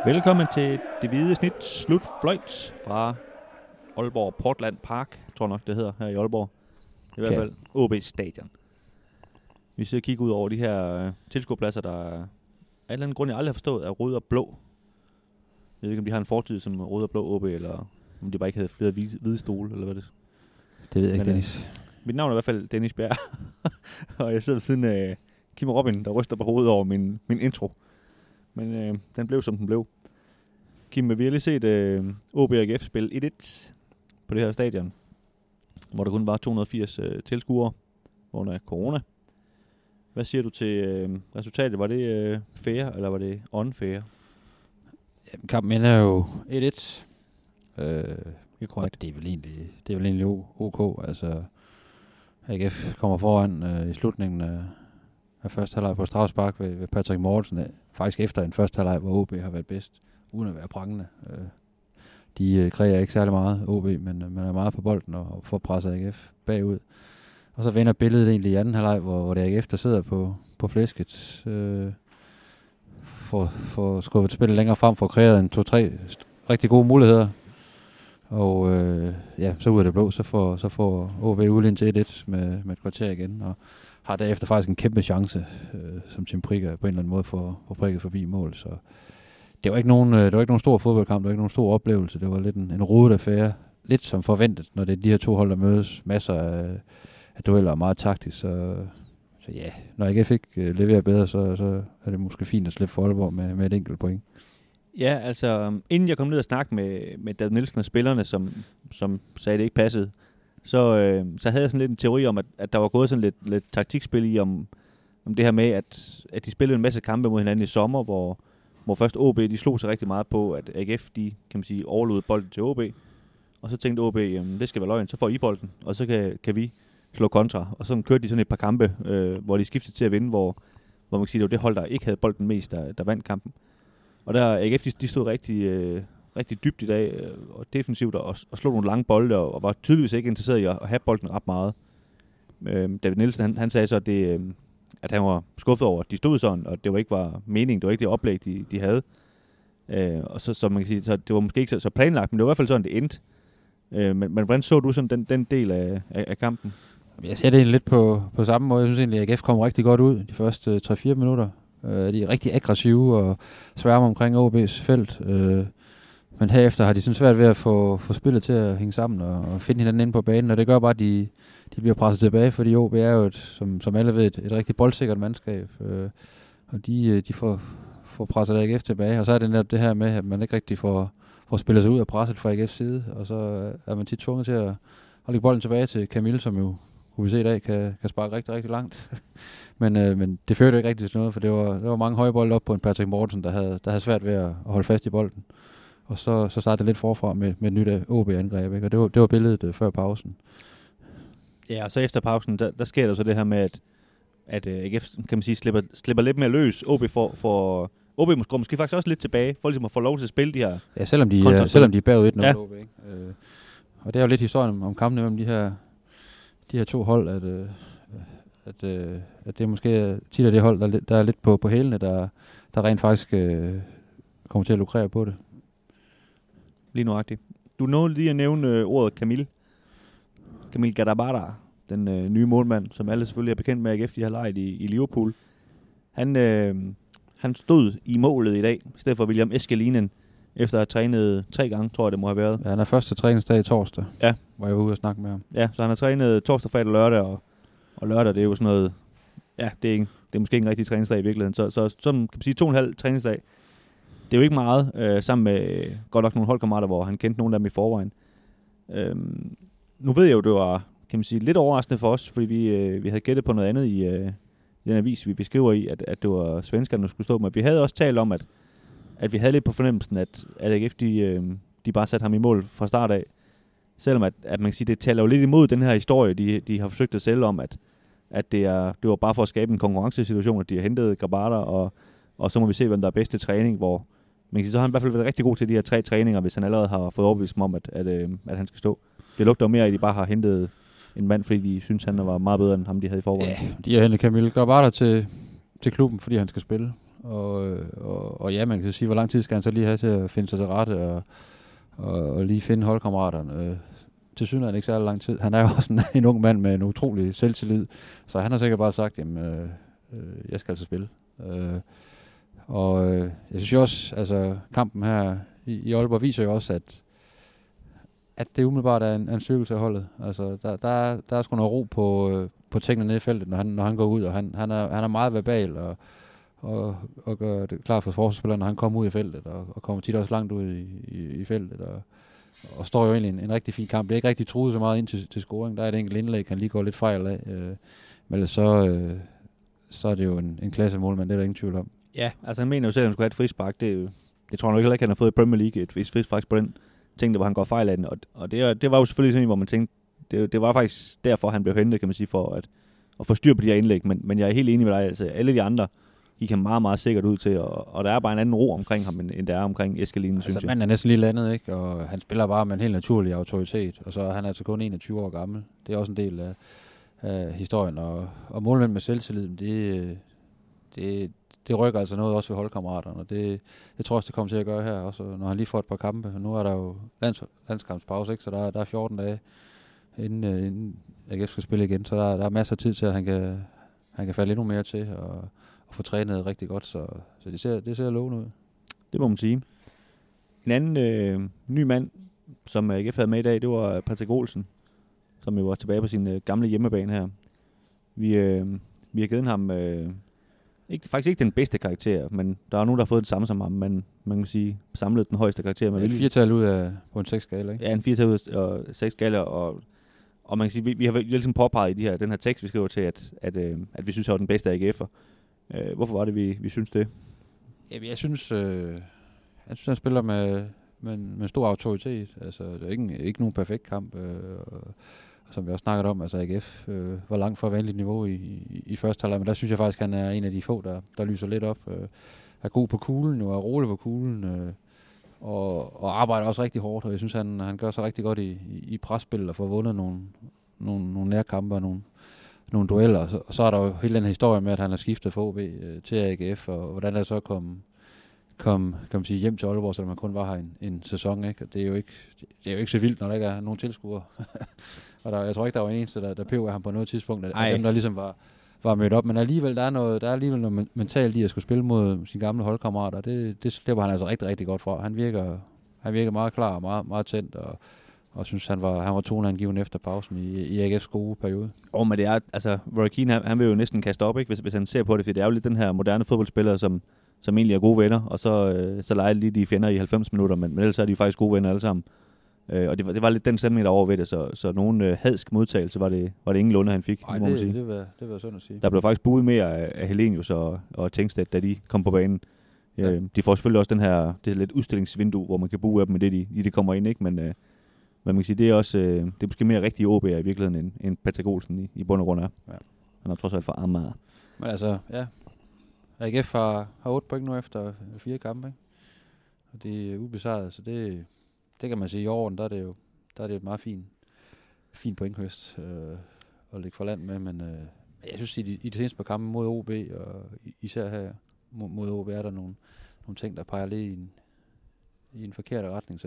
Velkommen til det hvide snit slutfløjt fra Aalborg Portland Park, tror nok det hedder her i Aalborg. I hvert fald OB Stadion. Vi sidder og kigger ud over de her tilskuerpladser, der af en eller anden grund, jeg aldrig har forstået, er rød og blå. Jeg ved ikke, om de har en fortid som rød og blå OB, eller om de bare ikke havde flere hvide stole, eller hvad det er. Det ved jeg ikke, Dennis. Mit navn er i hvert fald Dennis Bjerg, og jeg sidder ved siden af Kim Robin, der ryster på hovedet over min intro. Men den blev, som den blev. Kim, vi har lige set OB og AGF spille 1-1 på det her stadion, hvor der kun var 280 tilskuere under corona. Hvad siger du til resultatet? Var det fair, eller var det unfair? Kampen ender jo 1-1. Det er korrekt. Det er vel egentlig ok. Altså, AGF kommer foran i slutningen af første halvleg på straffespark ved Patrick Mortensen. Faktisk efter en første halvleg, hvor OB har været bedst, uden at være prangende. De kreerer ikke særlig meget, OB, men man er meget på bolden og får presset AGF bagud. Og så vender billedet egentlig i anden halvleg, hvor det er AGF, der sidder på flæsket. Får skubbet spillet længere frem, får kreeret en 2-3 rigtig gode muligheder. Og så ud af det blå, så får OB udlignet til 1-1 med et kvarter igen, og har derefter faktisk en kæmpe chance, som Tim Prikker på en eller anden måde får prikket forbi mål. Så det var ikke nogen stor fodboldkamp, det var ikke nogen stor oplevelse. Det var lidt en rodet affære, lidt som forventet, når det er de her to hold, der mødes. Masser af dueller og meget taktisk. Så ja, når AGF ikke leverer bedre, så er det måske fint at slippe for Aalborg med et enkelt point. Ja, altså inden jeg kom ned og snakke med David Nielsen og spillerne, som sagde, at det ikke passede, så havde jeg sådan lidt en teori om, at der var gået sådan lidt taktikspil i om det her med, at de spillede en masse kampe mod hinanden i sommer, hvor først OB, de slog sig rigtig meget på, at AGF, de kan man sige, overlod bolden til OB, og så tænkte OB, jamen, det skal være løgn, så får I bolden, og så kan vi slå kontra. Og så kørte de sådan et par kampe, hvor de skiftede til at vinde, hvor man kan sige, det var det hold, der ikke havde bolden mest, der vandt kampen. Og der AGF, de stod rigtig dybt i dag, og defensivt, og slog nogle lange bolde, og var tydeligvis ikke interesseret i at have bolden ret meget. David Nielsen, han sagde så, at han var skuffet over, at de stod sådan, og det var ikke meningen, det var ikke det oplæg, de havde. Og så man kan sige, så det var måske ikke så planlagt, men det var i hvert fald sådan, det endte. Men hvordan så du sådan den del af kampen? Jeg ser det egentlig lidt på samme måde. Jeg synes egentlig, at AGF kom rigtig godt ud de første 3-4 minutter. De er rigtig aggressive og sværmer omkring OB's felt. Men herefter har de sådan svært ved at få spillet til at hænge sammen og finde hinanden inde på banen. Og det gør bare, at de bliver presset tilbage, fordi OB er jo, som alle ved, et rigtig boldsikkert mandskab. Og de får presset AGF tilbage. Og så er det netop det her med, at man ikke rigtig får spillet sig ud af presset fra AGF's side. Og så er man tit tvunget til at lægge bolden tilbage til Camille, som jo kunne vi se i dag, kan sparke rigtig, rigtig langt. men det førte ikke rigtig til noget, for det var mange høje bolde op på en Patrick Mortensen, der havde svært ved at holde fast i bolden. Og så startede det lidt forfra med et nyt OB-angreb, ikke? Og det var billedet før pausen. Ja, og så efter pausen, der sker der så det her med, at AGF, kan man sige, slipper lidt mere løs. OB måske faktisk også lidt tilbage, for ligesom at få lov til at spille de her. Ja, selvom de er bagud 1-0 OB, ikke? Og det er jo lidt historien om kampene mellem de her to hold, at det er måske tit af det hold, der er lidt på hælene, der rent faktisk kommer til at lukrere på det. Lige nuagtigt. Du nåede lige at nævne ordet Camille Gadabara, den nye målmand, som alle selvfølgelig er bekendt med AGF, de har lejet i Liverpool. Han stod i målet i dag, i stedet for William Eskelinen, efter at have trænet 3 gange, tror jeg det må have været. Ja, han er første træningsdag i torsdag, hvor jeg var ude og snakke med ham. Ja, så han har trænet torsdag, fredag og lørdag, og lørdag, det er jo sådan noget, ja, det er måske ikke en rigtig træningsdag i virkeligheden. Så kan man sige 2,5 træningsdag. Det er jo ikke meget, sammen med godt nok nogle holdkammerater, hvor han kendte nogle af dem i forvejen. Nu ved jeg jo, det var, kan man sige, lidt overraskende for os, fordi vi havde gættet på noget andet i den avis, vi beskriver i, at det var svenskerne, der skulle stå med. Vi havde også talt om, at vi havde lidt på fornemmelsen, at AGF, de bare satte ham i mål fra start af. Selvom at man kan sige, det taler jo lidt imod den her historie, de har forsøgt at sælge om, at det var bare for at skabe en konkurrencesituation, at de har hentet Grabara, og så må vi se, hvem der er bedst til træning, hvor man kan sige, så har han i hvert fald været rigtig god til de her 3 træninger, hvis han allerede har fået overbevist dem om, at han skal stå. Det lugter jo mere af, at de bare har hentet en mand, fordi de synes, han var meget bedre end ham, de havde i forvejen. Ja, de har hentet Camille Grabara til klubben, fordi han skal spille. Og ja, man kan sige, hvor lang tid skal han så lige have til at finde sig til rette og lige finde holdkammeraterne. Til synligheden ikke særlig lang tid. Han er jo også en ung mand med en utrolig selvtillid, så han har sikkert bare sagt, jamen, jeg skal altså spille. Jeg synes jo også, altså kampen her i Aalborg viser jo også, at det umiddelbart er en styrkelse af holdet. Altså, der er sgu noget ro på tingene nede i feltet, når han går ud, og han er meget verbal og gør det klar for forsvarsspillerne, når han kommer ud i feltet, og kommer tit også langt ud i feltet, og står jo egentlig en rigtig fin kamp. Det er ikke rigtig truet så meget ind til scoring. Der er et enkelt indlæg, han lige går lidt fejl af. Men så er det jo en klasse målmand, det er der ingen tvivl om. Ja, altså han mener jo selv, at han skulle have et frispark. Det tror jeg nok heller ikke, han har fået i Premier League, et frispark på den ting, hvor han går fejl af den. Og det var jo selvfølgelig sådan, hvor man tænkte, det var faktisk derfor, han blev hentet, kan man sige, for at få styr på de her indlæg. Men jeg er helt enig med dig, altså alle de andre gik han meget, meget sikkert ud til, og der er bare en anden ro omkring ham, end der er omkring Eskelinen, synes jeg. Altså manden er næsten lige landet, ikke? Og han spiller bare med en helt naturlig autoritet, og så er han altså kun 21 år gammel. Det er også en del af historien, og målmænd med selvtillid, det rykker altså noget også ved holdkammeraterne, og det tror jeg også, det kommer til at gøre her, også når han lige får et par kampe. Og nu er der jo landskampspause, ikke? Så der er 14 dage, inden AGF skal spille igen, så der er masser af tid til, at han kan falde endnu mere til, og få trænet rigtig godt, så det ser lovende ud. Det må man sige. En anden ny mand, som AGF havde med i dag, det var Patrick Olsen, som jo var tilbage på sin gamle hjemmebane her. Vi har givet ham faktisk ikke den bedste karakter, men der er nogen, der har fået det samme som ham, men man kan sige samlet den højeste karakter. En 4-tal ud af på en 6-skala, ikke? Ja, en 4-tal ud af 6-skala, og man kan sige, vi har ligesom påpeget i den her tekst, vi skriver til, at vi synes, han var den bedste af AGF'er. Hvorfor var det, vi synes det? Jamen, jeg synes, han spiller med stor autoritet. Altså, det er ikke nogen perfekt kamp. Og som vi også snakket om, altså AGF var langt fra vanligt niveau i første halvleg, men der synes jeg faktisk, han er en af de få, der lyser lidt op. Er god på kuglen, og er rolig på kuglen, og arbejder også rigtig hårdt, og jeg synes, han gør sig rigtig godt i presspil og får vundet nogle nærkampe og nogle dueller, og så er der jo hele den historie med, at han har skiftet fra OB til AGF, og hvordan der så kom kan man sige, hjem til Aalborg, så man kun var her en sæson, ikke? Og det er jo ikke så vildt, når der ikke er nogen tilskuere. Og jeg tror ikke, der var en eneste, der pev af ham på noget tidspunkt, af dem, der ligesom var mødt op. Men alligevel, der er alligevel noget mentalt i at skulle spille mod sine gamle holdkammerater. Det slipper han altså rigtig, rigtig godt fra. Han virker meget klar og meget, meget tændt, og synes, han var toneangivende efter pausen i AGF's gode periode. Men det er, altså, Roy Keane, han vil jo næsten kaste op, ikke, hvis han ser på det, for det er jo lidt den her moderne fodboldspiller, som egentlig er gode venner, og så leger lige de fjender i 90 minutter, men ellers er de faktisk gode venner alle sammen. Og det var lidt den stemning, der over ved det, så nogen hadsk modtagelse var det ingen lunde, han fik. Nej, det var sådan at sige. Der blev faktisk buet mere af Helenius og Tengstedt, da de kom på banen. Ja. De får selvfølgelig også det lidt udstillingsvindue, hvor man kan bue af dem i det, de kommer ind, ikke? Men man kan sige, det er også det er måske mere rigtige OB'er i virkeligheden, end Patrick Olsen i bund og grund er. Ja. Han har trods alt for Amager. Men altså, ja. AGF har 8 point nu efter 4 kampe, ikke? Og det er ubesejret, så det kan man sige i år, der er det et meget fin pointhøst at lægge for land med, men jeg synes i de seneste par kampe mod OB, og især her mod OB, er der nogle ting, der peger lidt i en forkert retning,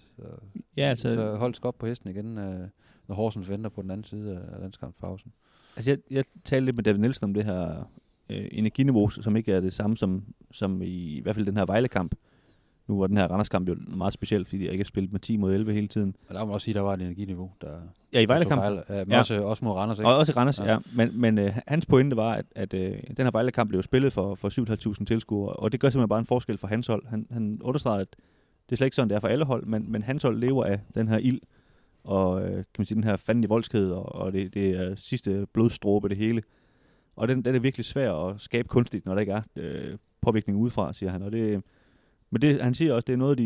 så hold op på hesten igen, når Horsens venter på den anden side af landskampspausen. Altså jeg talte lidt med David Nielsen om det her energiniveau, som ikke er det samme som i hvert fald den her Vejle-kamp. Nu var den her Randers-kamp jo meget speciel, fordi jeg ikke har spillet med 10 mod 11 hele tiden. Og der må man også sige, der var et energiniveau. Ja, i Vejle-kamp. Men også mod Randers, ikke? Og også i Randers, ja. Men hans pointe var, at den her Vejle-kamp blev spillet for 7.500 tilskuere, og det gør simpelthen bare en forskel for hans hold. Han understregede, at det er slet ikke sådan, det er for alle hold, men hans hold lever af den her ild, og kan man sige, den her fandlige voldsked, og det er sidste blodstråbe, det hele. Og den er virkelig svær at skabe kunstigt, når der ikke er påvirkning udefra, siger han. Og men det, han siger også, det er noget,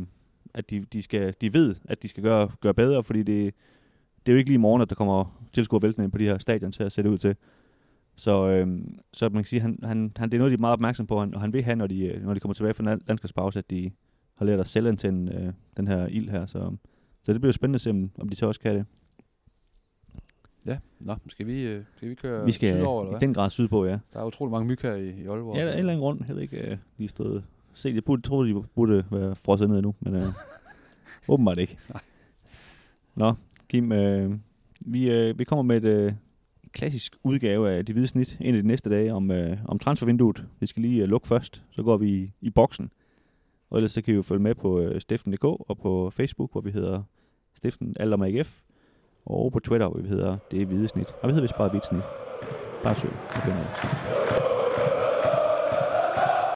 de ved, at de skal gøre bedre, fordi det er jo ikke lige i morgen, at der kommer tilskuere væltende ind på de her stadion til at sætte ud til. Så man kan sige, det er noget, de er meget opmærksom på, og han vil have, når de kommer tilbage fra landskabspause, at de har lært at selvantænde den her ild her. Så det bliver jo spændende at se, om de så også kan det. Ja, skal vi køre Vi skal sydover, eller i hvad? den grad sydpå, ja. Der er utrolig mange myg her i Aalborg. Ja, der er en eller anden grund. Jeg ved ikke, lige stået set. Jeg troede, de burde være frosset ned nu, men åbenbart ikke. Nå, Kim, vi kommer med et klassisk udgave af De Hvide Snit ind i de næste dage om transfervinduet. Vi skal lige lukke først, så går vi i boksen. Og ellers så kan I jo følge med på Stiften.dk og på Facebook, hvor vi hedder Stiften Alt om AGF. Og på Twitter, hvor vi hedder Det Hvide Snit. Og vi hedder vist bare Hvidt Snit. Bare søg.